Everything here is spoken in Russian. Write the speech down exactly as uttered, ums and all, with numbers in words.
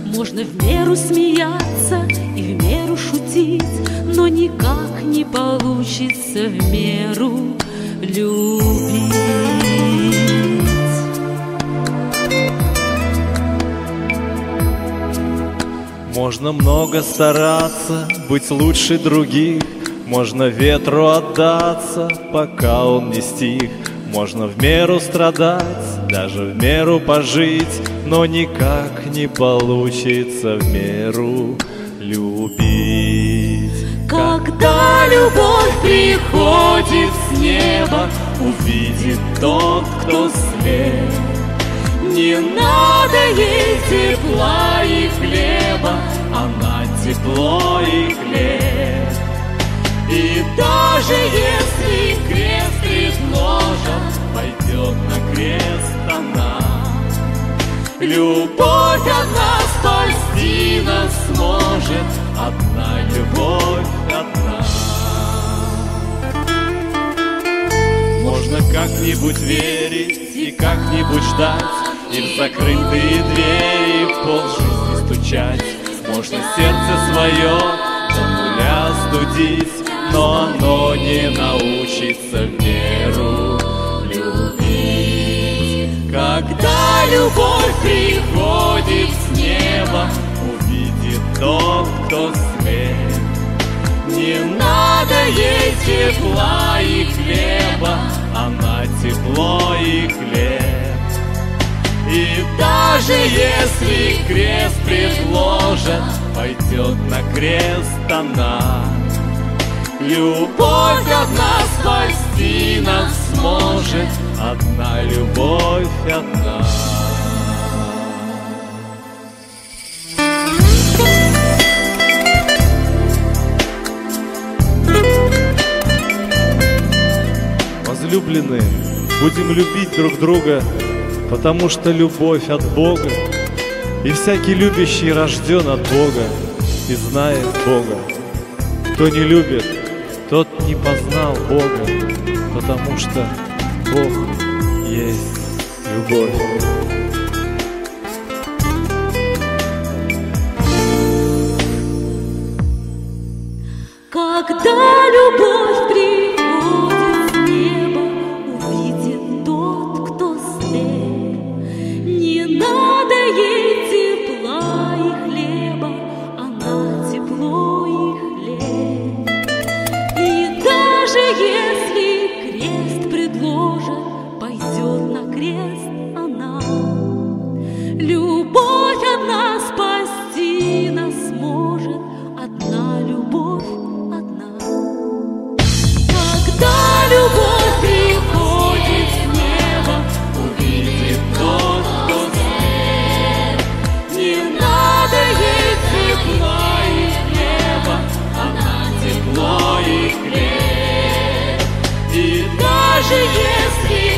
Можно в меру смеяться и в меру шутить, но никак не получится в меру любить. Можно много стараться, быть лучше других, можно ветру отдаться, пока он не стих. Можно в меру страдать, даже в меру пожить, но никак не получится в меру любить. Когда любовь приходит с неба, увидит тот, кто слеп. не надо ей тепла и хлеба, Она тепло и хлеб. и даже если крест предложат, пойдет на крест она. любовь одна спасти нас сможет, Одна любовь, одна. Можно как-нибудь верить и как-нибудь ждать, и в закрытые двери в полжизни стучать. Можно сердце свое до нуля студить, но оно не научится в меру любить. когда любовь приходит с неба, увидит тот, кто слеп. не надо ей тепла и хлеба, Она тепло и хлеб. и даже если крест предложат, пойдет на крест она. любовь одна спасти нас сможет, Одна любовь, одна. Возлюбленные, будем любить друг друга, потому что любовь от Бога, и всякий любящий рожден от Бога и знает Бога. Кто не любит, тот не познал Бога, потому что Бог есть любовь. когда любовь приходит с неба, увидит тот, кто слеп. Не надо ей тепла и хлеба, она тепло и хлеб. И даже если крест предложат, пойдет на крест она. Любовь одна спасти нас сможет, одна любовь. Любовь приходит с неба, увидит тот, кто слеп. не надо ей тепла и хлеба, Она тепло и хлеб. и даже если